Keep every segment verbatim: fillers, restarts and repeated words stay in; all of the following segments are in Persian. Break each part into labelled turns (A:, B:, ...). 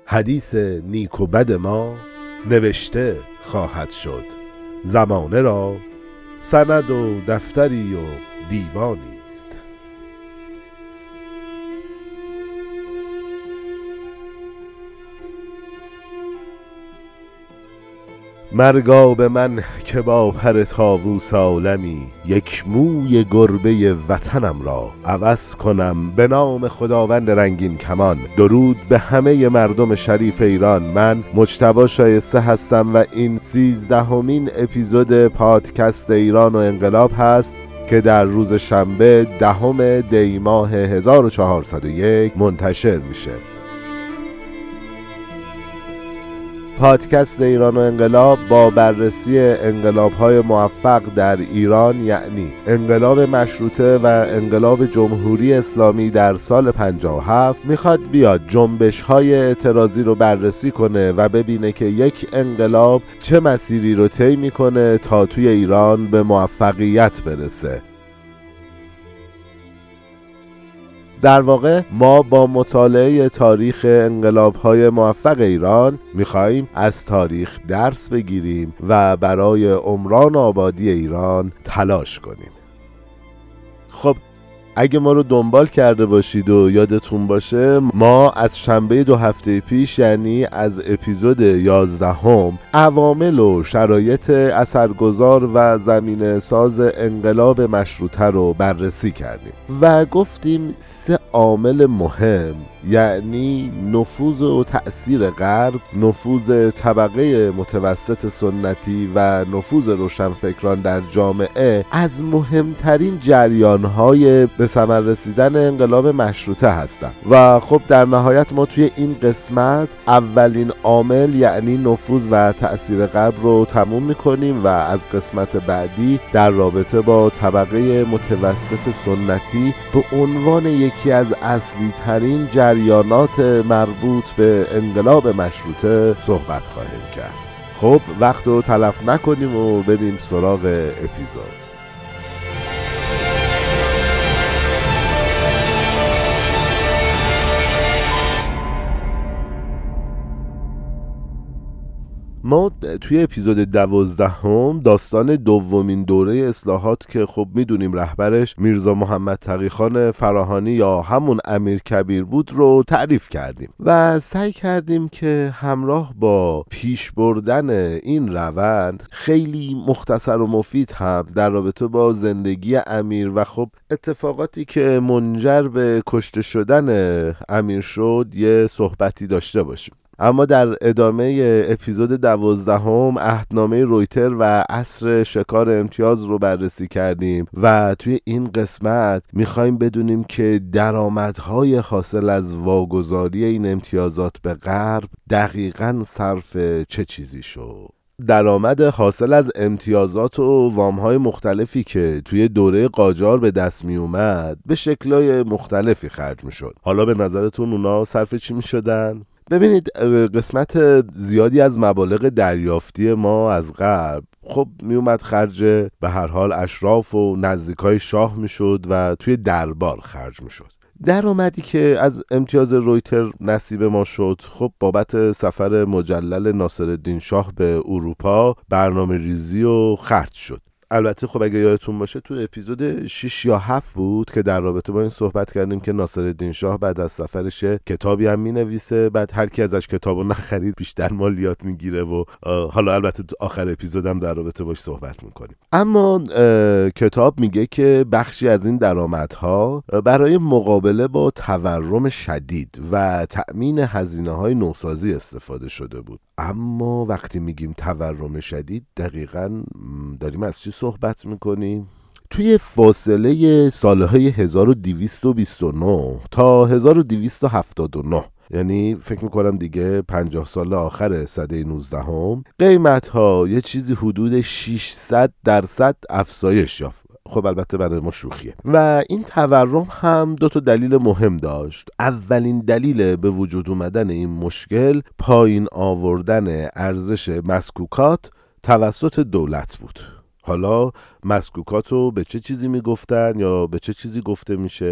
A: حدیث نیک و بد ما نوشته خواهد شد. زمانه را سند و دفتری و دیوانی است. مرگا به من که با پر طاووس عالمی، یک موی گربه وطنم را عوض کنم به نام خداوند رنگین کمان. درود به همه مردم شریف ایران. من مجتبی شایسته هستم و این سیزدهمین اپیزود پادکست ایران و انقلاب هست که در روز شنبه دهم دی ماه هزار و چهارصد و یک منتشر میشه. پادکست ایران و انقلاب با بررسی انقلاب‌های موفق در ایران، یعنی انقلاب مشروطه و انقلاب جمهوری اسلامی در سال پنجاه و هفت، میخواد بیاد جنبش‌های اعتراضی رو بررسی کنه و ببینه که یک انقلاب چه مسیری رو طی میکنه تا توی ایران به موفقیت برسه. در واقع ما با مطالعه تاریخ انقلاب‌های موفق ایران می‌خوایم از تاریخ درس بگیریم و برای عمران و آبادی ایران تلاش کنیم. خب اگه ما رو دنبال کرده باشید و یادتون باشه، ما از شنبه دو هفته پیش، یعنی از اپیزود یازدهم، عوامل و شرایط اثرگذار و زمینه ساز انقلاب مشروطه رو بررسی کردیم و گفتیم سه عامل مهم، یعنی نفوذ و تأثیر غرب، نفوذ طبقه متوسط سنتی و نفوذ روشنفکران در جامعه، از مهمترین جریان‌های به ثمر رسیدن انقلاب مشروطه هستند. و خب در نهایت ما توی این قسمت اولین عامل، یعنی نفوذ و تأثیر غرب رو تموم می‌کنیم و از قسمت بعدی در رابطه با طبقه متوسط سنتی به عنوان یکی از اصلی ترین جریانات مربوط به انقلاب مشروطه صحبت خواهیم کرد. خب وقت رو تلف نکنیم و بریم سراغ اپیزود. ما توی اپیزود دوازدهم داستان دومین دوره اصلاحات که خب میدونیم رهبرش میرزا محمد تقی‌خان فراهانی یا همون امیرکبیر بود رو تعریف کردیم و سعی کردیم که همراه با پیش بردن این روند خیلی مختصر و مفید هم در رابطه با زندگی امیر و خب اتفاقاتی که منجر به کشته شدن امیر شد یه صحبتی داشته باشیم. اما در ادامه اپیزود دوازدهم عهدنامه رویتر و عصر شکار امتیاز رو بررسی کردیم و توی این قسمت میخوایم بدونیم که درآمدهای حاصل از واگذاری این امتیازات به غرب دقیقاً صرف چه چیزی شد. درآمد حاصل از امتیازات و وام‌های مختلفی که توی دوره قاجار به دست می اومد به شکل‌های مختلفی خرج میشد. حالا به نظرتون اونا صرف چی میشدن؟ ببینید، قسمت زیادی از مبالغ دریافتی ما از غرب خب می اومد خرج به هر حال اشراف و نزدیکای شاه میشد و توی دربار خرج میشد. درآمدی که از امتیاز رویتر نصیب ما شد خب بابت سفر مجلل ناصرالدین شاه به اروپا برنامه ریزی و خرج شد. البته خب اگه یادتون باشه تو اپیزود شش یا هفت بود که در رابطه با این صحبت کردیم که ناصرالدین شاه بعد از سفرش کتابی هم مینویسه، بعد هر کی ازش کتابو نخرید بیشتر مالیات میگیره و حالا البته تو آخر اپیزودم در رابطه باش صحبت میکنیم. اما کتاب میگه که بخشی از این درآمدها برای مقابله با تورم شدید و تأمین هزینه‌های نوسازی استفاده شده بود. اما وقتی میگیم تورم شدید دقیقاً داریم از چی صحبت میکنیم؟ توی فاصله سالهای هزار و دویست و بیست و نه تا هزار و دویست و هفتاد و نه، یعنی فکر میکنم دیگه پنجاه سال آخر سده نوزدهم، قیمت ها یه چیزی حدود ششصد درصد افزایش یافت. خب البته برای ما شوخیه. و این تورم هم دو تا دلیل مهم داشت. اولین دلیل به وجود اومدن این مشکل پایین آوردن ارزش مسکوکات توسط دولت بود. حالا مسکوکات رو به چه چیزی میگفتن یا به چه چیزی گفته میشه؟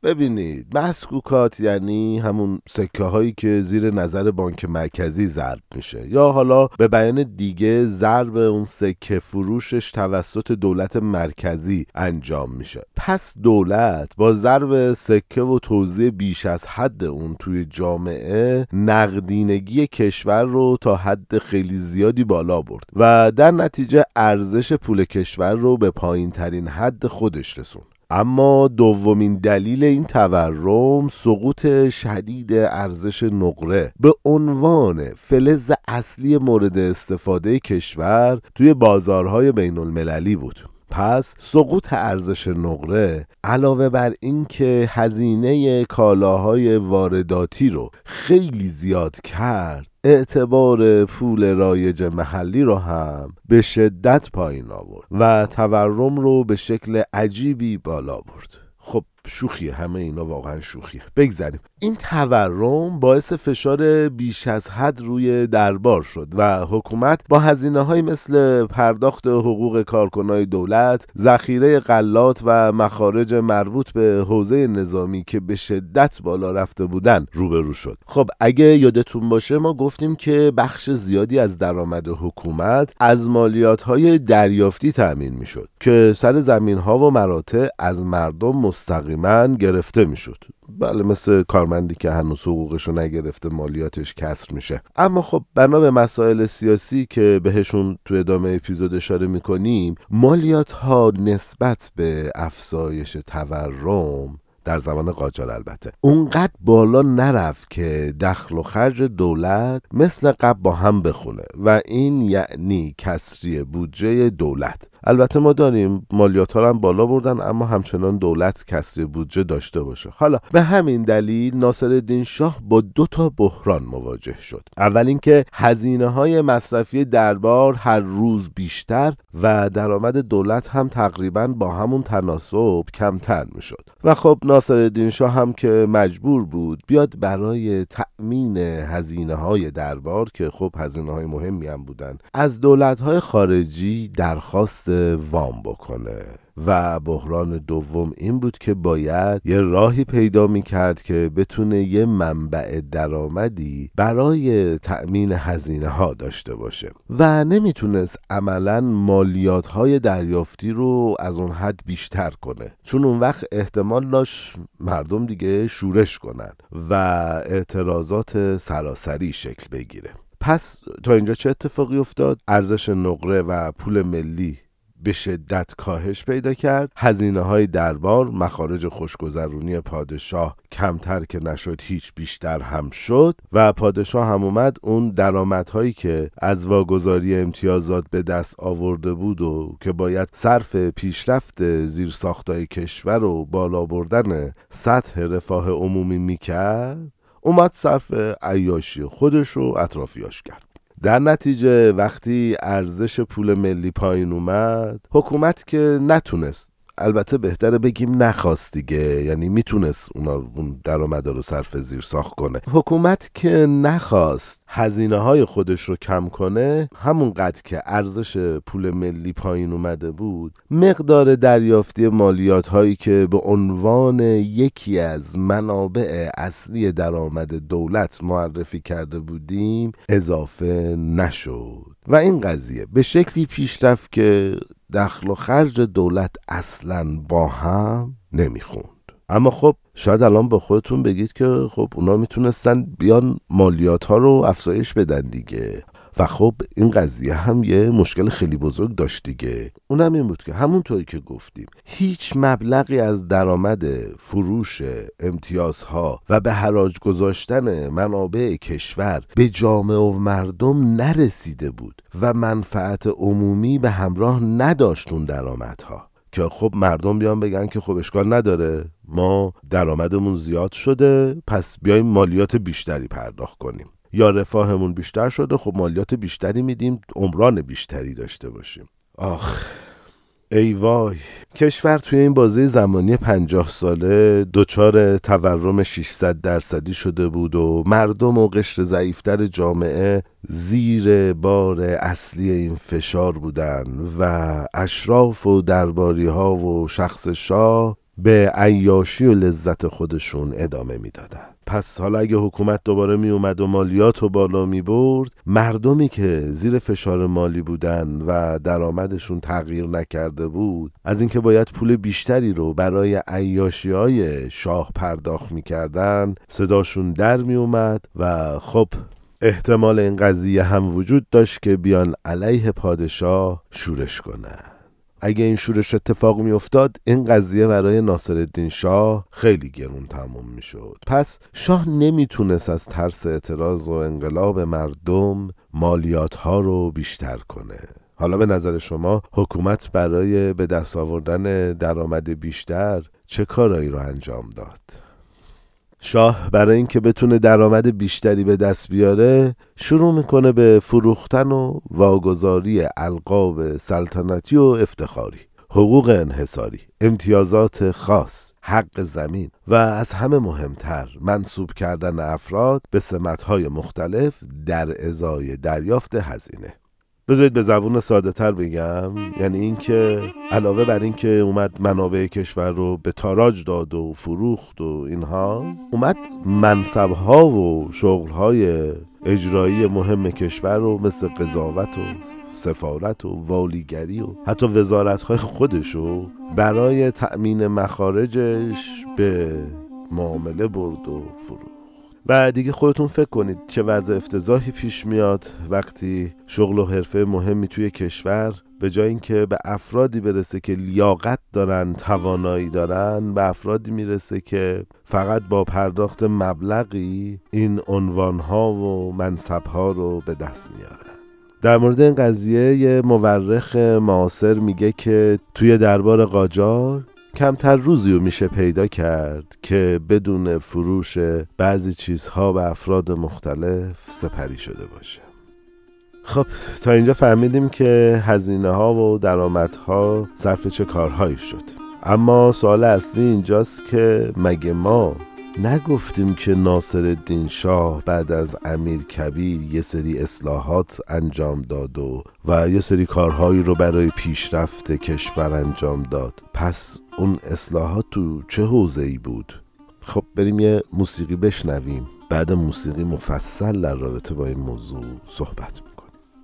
A: ببینید، مسکوکات یعنی همون سکه هایی که زیر نظر بانک مرکزی ضرب میشه، یا حالا به بیان دیگه ضرب اون سکه فروشش توسط دولت مرکزی انجام میشه. پس دولت با ضرب سکه و توزیع بیش از حد اون توی جامعه نقدینگی کشور رو تا حد خیلی زیادی بالا برد و در نتیجه ارزش پول کشور رو به پایین ترین حد خودش رسون. اما دومین دلیل این تورم سقوط شدید ارزش نقره به عنوان فلز اصلی مورد استفاده کشور توی بازارهای بین المللی بود. پس سقوط ارزش نقره علاوه بر این که هزینه کالاهای وارداتی رو خیلی زیاد کرد، اعتبار پول رایج محلی رو هم به شدت پایین آورد و تورم رو به شکل عجیبی بالا برد. خب شوخیه، همه اینا واقعا شوخیه. بگذاریم. این تورم باعث فشار بیش از حد روی دربار شد و حکومت با هزینه‌های مثل پرداخت حقوق کارکنای دولت، ذخیره غلات و مخارج مربوط به حوزه نظامی که به شدت بالا رفته بودن روبرو شد. خب اگه یادتون باشه ما گفتیم که بخش زیادی از درآمد حکومت از مالیات‌های دریافتی تأمین می‌شد که سر زمین‌ها و مراتع از مردم مستقیما گرفته می‌شد. بله، مثل کارمندی که هنوز حقوقشو نگرفته مالیاتش کسر میشه. اما خب بنا به مسائل سیاسی که بهشون تو ادامه اپیزود اشاره میکنیم، مالیات ها نسبت به افزایش تورم در زمان قاجار البته اونقدر بالا نرفت که دخل و خرج دولت مثل قبل با هم بخونه و این یعنی کسری بودجه دولت. البته ما داریم مالیات ها هم بالا بردن، اما همچنان دولت کسری بودجه داشته باشه. حالا به همین دلیل ناصرالدین شاه با دو تا بحران مواجه شد. اول اینکه هزینه های مصرفی دربار هر روز بیشتر و درآمد دولت هم تقریبا با همون تناسب کمتر میشد و خب ناصرالدین شاه هم که مجبور بود بیاد برای تأمین هزینه های دربار که خب هزینه های مهمی هم بودن از دولت های خارجی درخواست وام بکنه. و بحران دوم این بود که باید یه راهی پیدا میکرد که بتونه یه منبع درآمدی برای تأمین هزینه ها داشته باشه و نمیتونست عملاً مالیات های دریافتی رو از اون حد بیشتر کنه، چون اون وقت احتمال داشت مردم دیگه شورش کنن و اعتراضات سراسری شکل بگیره. پس تا اینجا چه اتفاقی افتاد؟ ارزش نقره و پول ملی به شدت کاهش پیدا کرد. هزینه های دربار، مخارج خوشگذرونی پادشاه کمتر که نشد هیچ بیشتر هم شد و پادشاه هم اومد اون درآمدهایی که از واگذاری امتیازات به دست آورده بود و که باید صرف پیشرفت زیرساختای کشور و بالا بردن سطح رفاه عمومی میکرد، اومد صرف عیاشی خودش و اطرافیاش کرد. در نتیجه وقتی ارزش پول ملی پایین اومد، حکومت که نتونست، البته بهتره بگیم نخواست دیگه، یعنی میتونست اونا اون درآمدا رو صرف زیر ساخت کنه، حکومت که نخواست هزینه های خودش رو کم کنه، همونقدر که ارزش پول ملی پایین اومده بود، مقدار دریافتی مالیات هایی که به عنوان یکی از منابع اصلی درآمد دولت معرفی کرده بودیم اضافه نشد و این قضیه به شکلی پیش رفت که دخل و خرج دولت اصلاً با هم نمیخوند. اما خب شاید الان با خودتون بگید که خب اونا میتونستن بیان مالیات ها رو افزایش بدن دیگه، و خب این قضیه هم یه مشکل خیلی بزرگ داشت دیگه. اونم این بود که همونطوری که گفتیم هیچ مبلغی از درآمد فروش امتیازها و به حراج گذاشتن منابع کشور به جامعه و مردم نرسیده بود و منفعت عمومی به همراه نداشت اون درآمدها، که خب مردم بیان بگن که خب اشکال نداره، ما درآمدمون زیاد شده پس بیایم مالیات بیشتری پرداخت کنیم، یا رفاهمون بیشتر شده خب مالیات بیشتری میدیم عمران بیشتری داشته باشیم. آخ ای وای، کشور توی این بازه زمانی پنجاه ساله دچار تورم ششصد درصدی شده بود و مردم و قشر ضعیفتر جامعه زیر بار اصلی این فشار بودن و اشراف و درباری ها و شخص شاه به عیاشی و لذت خودشون ادامه میدادن. پس حالا اگه حکومت دوباره می اومد و مالیات رو بالا می برد، مردمی که زیر فشار مالی بودن و درآمدشون تغییر نکرده بود، از اینکه باید پول بیشتری رو برای عیاشی‌های شاه پرداخت میکردن، صداشون در می اومد و خب احتمال این قضیه هم وجود داشت که بیان علیه پادشاه شورش کنن. اگه این شورش اتفاق می افتاد، این قضیه برای ناصرالدین شاه خیلی گرون تموم می شد. پس شاه نمیتونست از ترس اعتراض و انقلاب مردم مالیات ها رو بیشتر کنه. حالا به نظر شما حکومت برای به دست آوردن درآمد بیشتر چه کارایی رو انجام داد؟ شاه برای اینکه بتونه درآمد بیشتری به دست بیاره شروع میکنه به فروختن و واگذاری القاب سلطنتی و افتخاری، حقوق انحصاری، امتیازات خاص، حق زمین و از همه مهمتر منسوب کردن افراد به سمت‌های مختلف در ازای دریافت هزینه. بذارید به زبون ساده تر بگم، یعنی اینکه علاوه بر اینکه اومد منابع کشور رو به تاراج داد و فروخت و اینها، اومد منصب‌ها و شغل‌های اجرایی مهم کشور رو مثل قضاوت و سفارت و والیگری و حتی وزارت‌های خودشو برای تأمین مخارجش به معامله برد و فروخت. و دیگه خودتون فکر کنید چه وضع افتضاحی پیش میاد وقتی شغل و حرفه مهمی توی کشور به جای اینکه به افرادی برسه که لیاقت دارن، توانایی دارن، به افرادی میرسه که فقط با پرداخت مبلغی این عنوانها و منصبها رو به دست میارن. در مورد این قضیه یه مورخ معاصر میگه که توی دربار قاجار کمتر روزی رو میشه پیدا کرد که بدون فروش بعضی چیزها به افراد مختلف سپری شده باشه. خب تا اینجا فهمیدیم که هزینه ها و درآمدها صرف چه کارهایی شد، اما سوال اصلی اینجاست که مگه ما نگفتیم که ناصرالدین شاه بعد از امیرکبیر یه سری اصلاحات انجام داد و و یه سری کارهایی رو برای پیشرفت کشور انجام داد؟ پس اون اصلاحات تو چه حوزه‌ای بود؟ خب بریم یه موسیقی بشنویم، بعد موسیقی مفصل در رابطه با این موضوع صحبت می‌کنیم.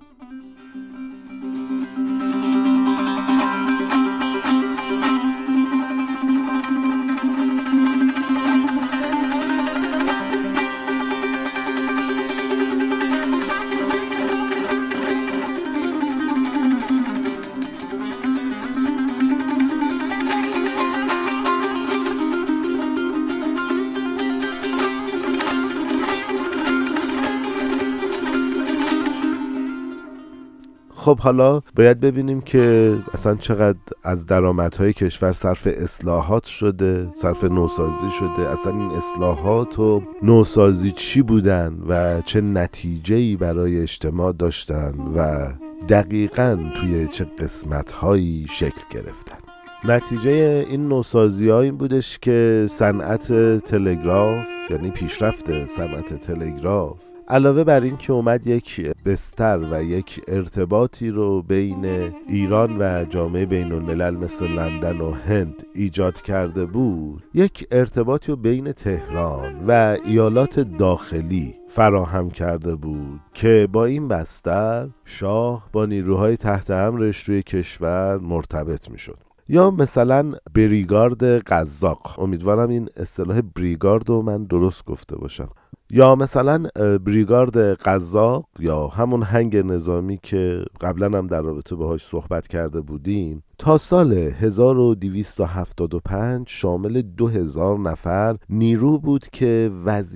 A: خب حالا باید ببینیم که اصلا چقدر از درآمدهای کشور صرف اصلاحات شده، صرف نوسازی شده. اصلا این اصلاحات و نوسازی چی بودن و چه نتیجه‌ای برای اجتماع داشتن و دقیقاً توی چه قسمت‌هایی شکل گرفتن. نتیجه این نوسازی ها این بودش که صنعت تلگراف، یعنی پیشرفت صنعت تلگراف، علاوه بر این که اومد یک بستر و یک ارتباطی رو بین ایران و جامعه بین الملل مثل لندن و هند ایجاد کرده بود، یک ارتباطی رو بین تهران و ایالات داخلی فراهم کرده بود که با این بستر شاه با نیروهای تحت امرش روی کشور مرتبط می شد. یا مثلا بریگارد قزاق، امیدوارم این اصطلاح بریگارد رو من درست گفته باشم، یا مثلا بریگارد قزاق یا همون هنگ نظامی که قبلا هم در رابطه باهاش صحبت کرده بودیم، تا سال هزار و دویست و هفتاد و پنج شامل دو هزار نفر نیرو بود که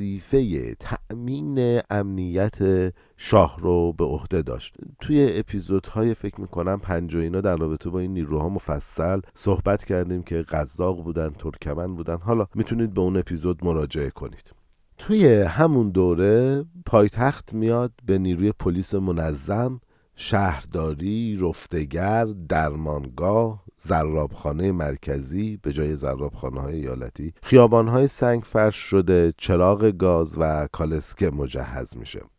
A: وظیفه تأمین امنیت شاه رو به عهده داشت. توی اپیزودهای فکر میکنم پنج و اینا در رابطه با این نیروها مفصل صحبت کردیم که قزاق بودن، ترکمن بودن. حالا میتونید به اون اپیزود مراجعه کنید. توی همون دوره پایتخت میاد به نیروی پلیس منظم، شهرداری، رفتگر، درمانگاه، زرابخانه مرکزی به جای زرابخانه‌های ایالتی، خیابان‌های سنگ فرش شده، چراغ گاز و کالسکه مجهز میشه.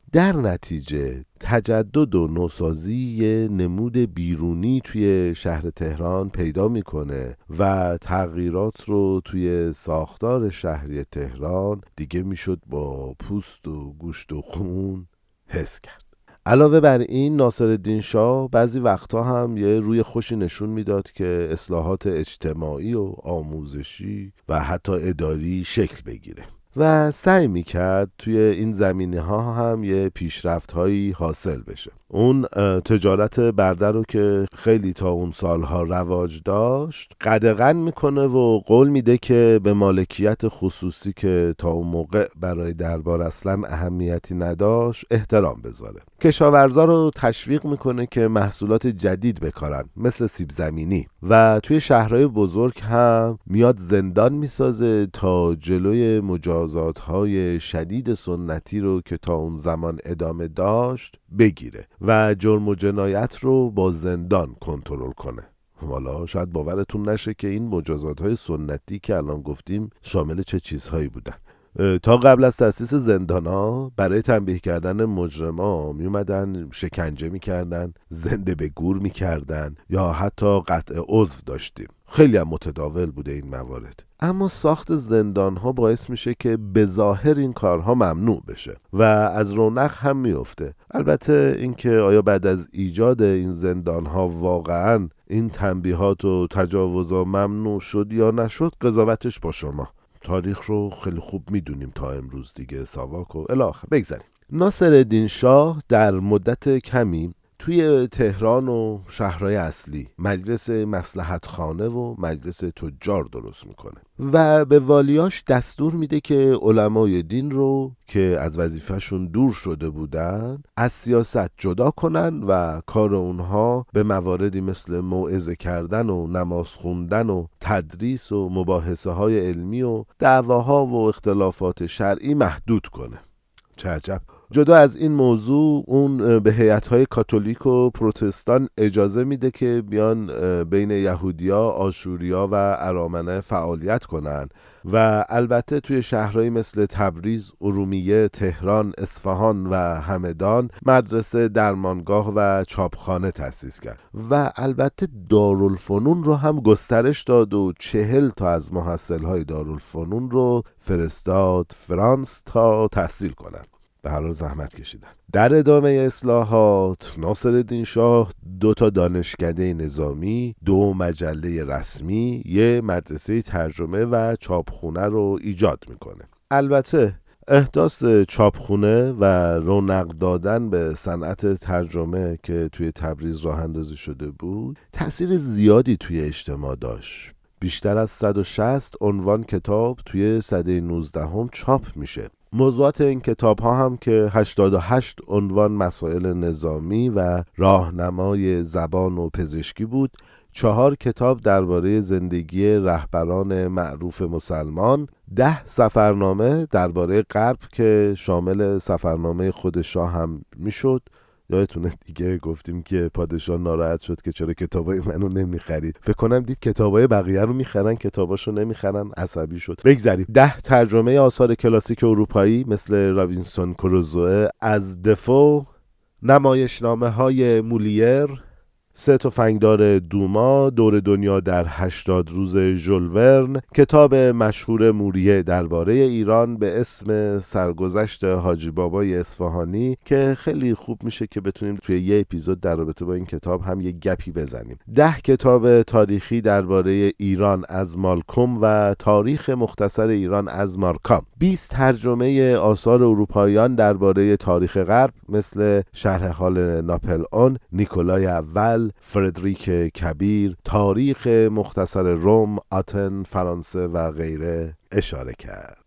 A: در نتیجه تجدد و نوسازی یه نمود بیرونی توی شهر تهران پیدا میکنه و تغییرات رو توی ساختار شهری تهران دیگه میشد با پوست و گوشت و خون حس کرد. علاوه بر این ناصرالدین شاه بعضی وقتا هم یه روی خوشی نشون میداد که اصلاحات اجتماعی و آموزشی و حتی اداری شکل بگیره و سعی میکرد توی این زمینه ها هم یه پیشرفت هایی حاصل بشه. اون تجارت برده رو که خیلی تا اون سالها رواج داشت قدغن میکنه و قول میده که به مالکیت خصوصی که تا اون موقع برای دربار اصلا اهمیتی نداشت احترام بذاره. کشاورزا رو تشویق میکنه که محصولات جدید بکارن مثل سیب زمینی و توی شهرهای بزرگ هم میاد زندان میسازه تا جلوی مجازات های شدید سنتی رو که تا اون زمان ادامه داشت بگیره و جرم و جنایت رو با زندان کنترل کنه. حالا شاید باورتون نشه که این مجازات های سنتی که الان گفتیم شامل چه چیزهایی بودن. تا قبل از تأسیس زندان‌ها برای تنبیه کردن مجرما می اومدن شکنجه میکردن، زنده به گور میکردن یا حتی قطع عضو داشتیم. خیلی هم متداول بوده این موارد. اما ساخت زندان‌ها باعث میشه که به ظاهر این کارها ممنوع بشه و از رونق هم میفته. البته اینکه آیا بعد از ایجاد این زندان‌ها واقعاً این تنبیهات و تجاوزها ممنوع شد یا نشد قضاوتش با شما. تاریخ رو خیلی خوب میدونیم تا امروز دیگه، ساواک و الاخر. بگذاریم. ناصرالدین شاه در مدت کمی توی تهران و شهرهای اصلی مجلس مصلحت خانه و مجلس تجار درست میکنه و به والیاش دستور میده که علمای دین رو که از وظیفهشون دور شده بودن از سیاست جدا کنن و کار اونها به مواردی مثل موعظه کردن و نماز خوندن و تدریس و مباحثه های علمی و دعواها و اختلافات شرعی محدود کنه. چه عجب. جدا از این موضوع اون به هیئت‌های کاتولیک و پروتستان اجازه میده که بیان بین یهودیا، آشوریا و ارامنه فعالیت کنن و البته توی شهرهایی مثل تبریز، ارومیه، تهران، اصفهان و همدان مدرسه، درمانگاه و چاپخانه تأسیس کرد و البته دارالفنون رو هم گسترش داد و چهل تا از محصلهای دارالفنون رو فرستاد فرانس تا تحصیل کنن. به هر حال زحمت کشیدن. در ادامه اصلاحات ناصرالدین شاه دو تا دانشکده نظامی، دو مجله رسمی، یه مدرسه ترجمه و چاپخونه رو ایجاد میکنه. البته احداث چاپخونه و رونق دادن به صنعت ترجمه که توی تبریز راه اندازی شده بود تأثیر زیادی توی اجتماع داشت. بیشتر از صد و شصت عنوان کتاب توی سده نوزدهم چاپ میشه. موضوعات این کتاب ها هم که هشتاد و هشت عنوان مسائل نظامی و راهنمای زبان و پزشکی بود، چهار کتاب درباره زندگی رهبران معروف مسلمان، ده سفرنامه درباره غرب که شامل سفرنامه خود شاه هم میشد. یادتونه دیگه گفتیم که پادشاه ناراحت شد که چرا کتابای منو نمیخرید. فکر کنم دید کتابای بقیه رو میخرن، کتاباشو نمیخرن، عصبی شد. بگذریم. ده ترجمه آثار کلاسیک اروپایی مثل رابینسون کروزوئه از دفو، نمایشنامه های مولیر، سه تفنگدار دوما، دور دنیا در هشتاد روز ژول ورن، کتاب مشهور موریه درباره ایران به اسم سرگذشت حاجی بابای اصفهانی که خیلی خوب میشه که بتونیم توی یه اپیزود در رابطه با این کتاب هم یه گپی بزنیم. ده کتاب تاریخی درباره ایران از مالکوم و تاریخ مختصر ایران از مارکام، بیست ترجمه آثار اروپاییان درباره تاریخ غرب مثل شرح حال ناپلئون، نیکولای اول، فردریک کبیر، تاریخ مختصر روم، آتن، فرانسه و غیره اشاره کرد.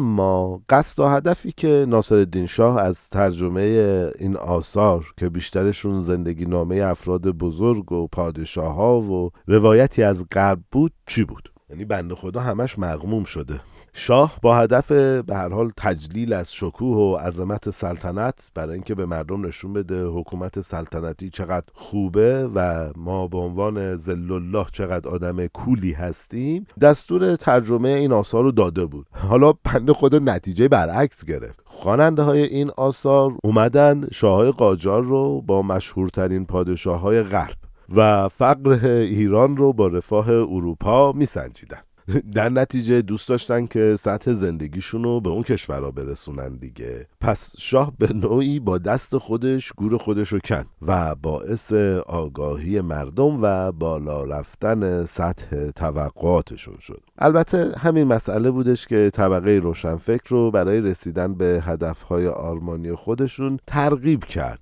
A: اما قصد و هدفی که ناصرالدین شاه از ترجمه این آثار که بیشترشون زندگی نامه افراد بزرگ و پادشاه ها و روایتی از غرب بود چی بود؟ یعنی بنده خدا همش مغموم شده. شاه با هدف به هر حال تجلیل از شکوه و عظمت سلطنت، برای اینکه به مردم نشون بده حکومت سلطنتی چقدر خوبه و ما به عنوان ذل الله چقدر آدم کولی هستیم، دستور ترجمه این آثار رو داده بود. حالا بنده خود نتیجه برعکس گرفت. خواننده های این آثار اومدن شاههای قاجار رو با مشهورترین پادشاههای غرب و فقر ایران رو با رفاه اروپا میسنجیدن. در نتیجه دوست داشتن که سطح زندگیشون رو به اون کشورها برسونن دیگه. پس شاه به نوعی با دست خودش گور خودش رو کند و باعث آگاهی مردم و بالا رفتن سطح توقعاتشون شد. البته همین مسئله بودش که طبقه روشنفکر رو برای رسیدن به هدفهای آرمانی خودشون ترغیب کرد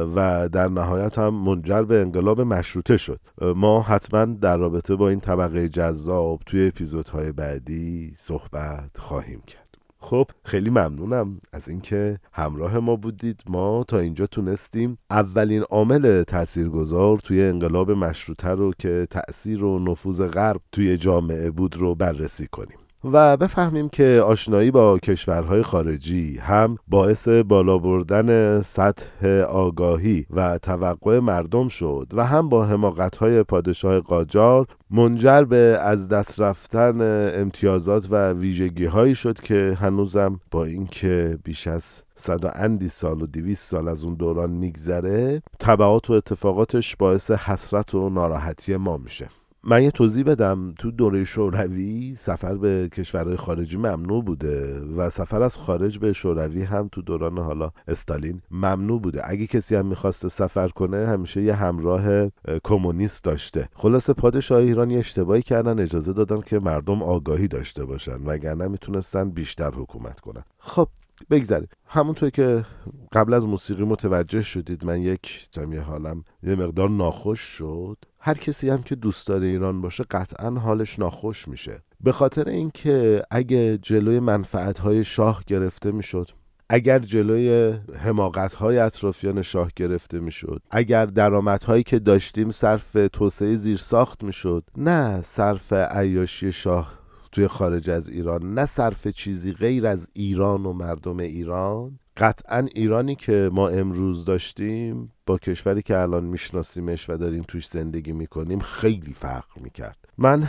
A: و در نهایت هم منجر به انقلاب مشروطه شد. ما حتما در رابطه با این طبقه جذاب توی اپیزودهای بعدی صحبت خواهیم کرد. خب خیلی ممنونم از اینکه همراه ما بودید. ما تا اینجا تونستیم اولین عامل تاثیرگذار توی انقلاب مشروطه رو که تأثیر و نفوذ غرب توی جامعه بود رو بررسی کنیم و بفهمیم که آشنایی با کشورهای خارجی هم باعث بالا بردن سطح آگاهی و توقع مردم شد و هم با حماقت‌های پادشاه قاجار منجر به از دست رفتن امتیازات و ویژگی‌هایی شد که هنوزم با اینکه بیش از صد و اندی سال و دویست سال از اون دوران میگذره، تبعات و اتفاقاتش باعث حسرت و ناراحتی ما میشه. من یه توضیح بدم. تو دوره شوروی سفر به کشورهای خارجی ممنوع بوده و سفر از خارج به شوروی هم تو دوران حالا استالین ممنوع بوده. اگه کسی هم میخواسته سفر کنه همیشه یه همراه کمونیست داشته. خلاصه پادشاه ایران یه اشتباهی کردن، اجازه دادن که مردم آگاهی داشته باشن وگرنه میتونستن بیشتر حکومت کنن. خب بگذاریم. همونطور که قبل از موسیقی متوجه شدید من یک تایمی حالم یه مقدار ناخوش شد. هر کسی هم که دوست داره ایران باشه قطعا حالش ناخوش میشه، به خاطر اینکه اگه جلوی منفعت‌های شاه گرفته میشد، اگر جلوی حماقت‌های اطرافیان شاه گرفته میشد، اگر درآمدهایی که داشتیم صرف توسعه زیرساخت میشد، نه صرف عیاشی شاه توی خارج از ایران، نه صرف چیزی غیر از ایران و مردم ایران، قطعا ایرانی که ما امروز داشتیم با کشوری که الان میشناسیمش و داریم توش زندگی میکنیم خیلی فرق میکرد. من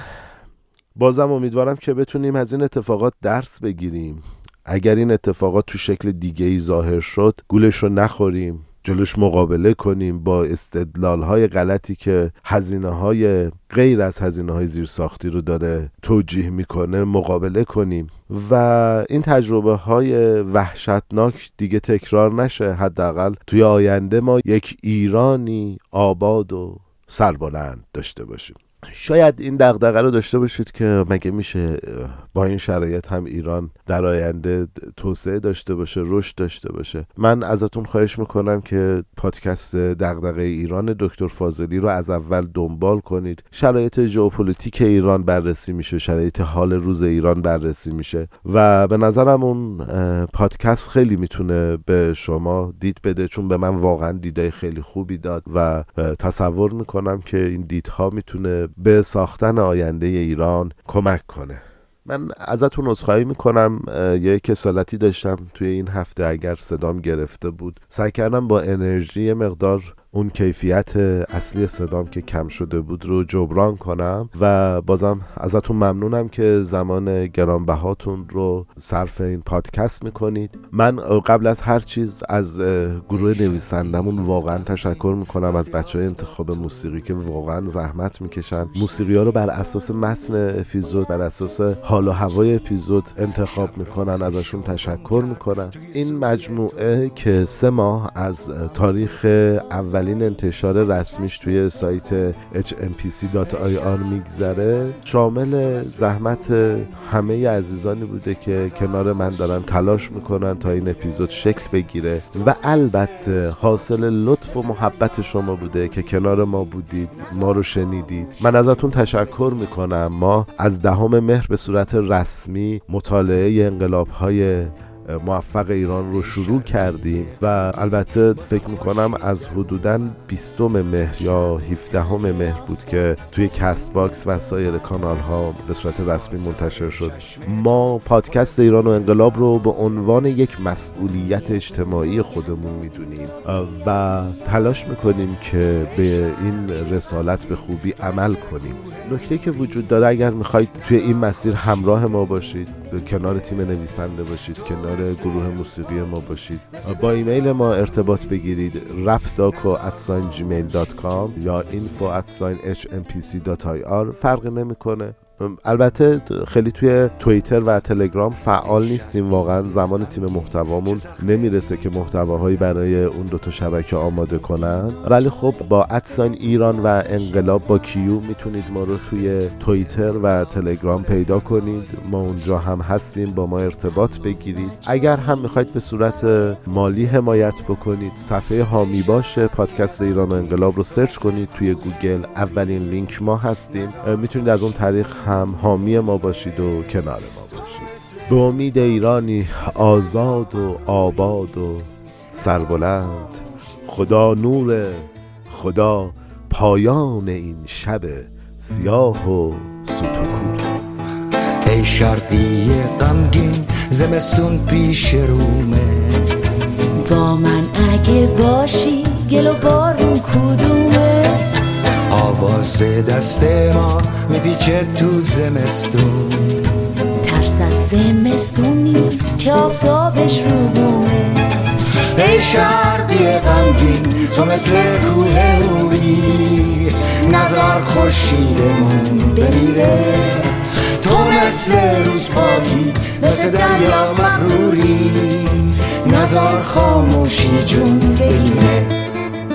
A: بازم امیدوارم که بتونیم از این اتفاقات درس بگیریم. اگر این اتفاقات تو شکل دیگه ای ظاهر شد گولش رو نخوریم، جلوش مقابله کنیم، با استدلال‌های غلطی که هزینه‌های غیر از هزینه‌های زیرساختی رو داره توجیه میکنه مقابله کنیم و این تجربه‌های وحشتناک دیگه تکرار نشه. حداقل توی آینده ما یک ایرانی آباد و سربلند داشته باشیم. شاید این دغدغه رو داشته باشید که مگه میشه با این شرایط هم ایران در آینده توسعه داشته باشه، رشد داشته باشه؟ من ازتون خواهش میکنم که پادکست دغدغه ایران دکتر فاضلی رو از اول دنبال کنید. شرایط ژئوپلیتیک ایران بررسی میشه، شرایط حال روز ایران بررسی میشه و به نظرم اون پادکست خیلی میتونه به شما دید بده، چون به من واقعا دیدای خیلی خوبی داد و تصور میکنم که این دیدها میتونه به ساختن آینده ایران کمک کنه. من ازتون عذرخواهی میکنم، یه کسالتی داشتم توی این هفته، اگر صدام گرفته بود سعی کردم با انرژی مقدار اون کیفیت اصلی صدام که کم شده بود رو جبران کنم و بازم ازتون ممنونم که زمان گرانبهاتون رو صرف این پادکست میکنید. من قبل از هر چیز از گروه نویسندمون واقعا تشکر میکنم، از بچهای انتخاب موسیقی که واقعا زحمت میکشن، موسیقی ها رو بر اساس متن اپیزود، بر اساس حال و هوای اپیزود انتخاب میکنن، ازشون تشکر میکنم. این مجموعه که سه ماه از تاریخ اول این انتشار رسمیش توی سایت اچ ام پی سی دات آی آر میگذره، شامل زحمت همه عزیزانی بوده که کنار من دارن تلاش میکنن تا این اپیزود شکل بگیره و البته حاصل لطف و محبت شما بوده که کنار ما بودید، ما رو شنیدید. من ازتون تشکر میکنم. ما از دهم مهر به صورت رسمی مطالعه انقلاب‌های موفق ایران رو شروع کردیم و البته فکر میکنم از حدوداً بیستم مهر یا هفدهم مهر بود که توی کست باکس و سایر کانال ها به صورت رسمی منتشر شد. ما پادکست ایران و انقلاب رو به عنوان یک مسئولیت اجتماعی خودمون میدونیم و تلاش میکنیم که به این رسالت به خوبی عمل کنیم. نکته که وجود داره، اگر میخواید توی این مسیر همراه ما باشید، کنار تیم نویسنده باشید، کنار گروه موسیقی ما باشید، با ایمیل ما ارتباط بگیرید رپداکو ات جیمیل دات کام یا اینفو ات اچ ام پی سی دات آی آر فرق نمیکنه. البته خیلی توی توییتر و تلگرام فعال نیستیم، واقعا زمان تیم محتوامون نمیرسه که محتواهایی برای اون دوتا شبکه آماده کنن، ولی خب با ادساین ایران و انقلاب با کیو میتونید ما رو توی توییتر و تلگرام پیدا کنید. ما اونجا هم هستیم، با ما ارتباط بگیرید. اگر هم میخواید به صورت مالی حمایت بکنید، صفحه حامی باشه پادکست ایران و انقلاب رو سرچ کنید توی گوگل، اولین لینک ما هستیم. میتونید از اون طریق هم حامی ما باشید و کنار ما باشید. به امید ایرانی آزاد و آباد و سربلند، خدا نور، خدا پایان این شب سیاه و سوتکور.
B: ای شرقی غمگین زمستون پیش رومه،
C: با من اگه باشی گل و بارون کدومه؟
B: آواز دست ما میپیچه تو زمستون،
C: ترس از زمستون نیست که آفتابش رو بومه.
B: ای شرقی غمگین تو مثل کوه نوری، نزار خورشیدمون بمیره. تو مثل روز پاکی، مثل دریا مغروری، نزار خاموشی جون بگیره.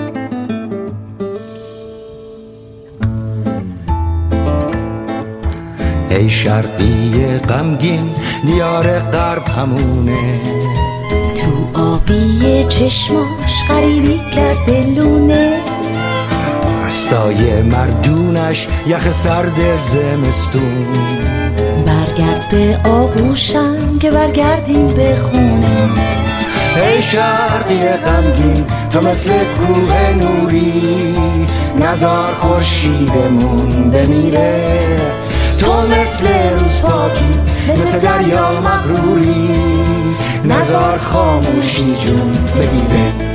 B: ای شرقی غمگین دیار غرب همونه،
C: تو آبی چشماش غریبی کرده لونه.
B: دستای مردونش یخ سرد زمستون،
C: برگرد به آغوشم که برگردیم به خونه.
B: ای شرقی غمگین تو مثل کوه نوری، نزار خورشیدمون بمیره. تو مثل روز پاکی، مثل دریا مغروری، نزار خاموشی جون بگیره.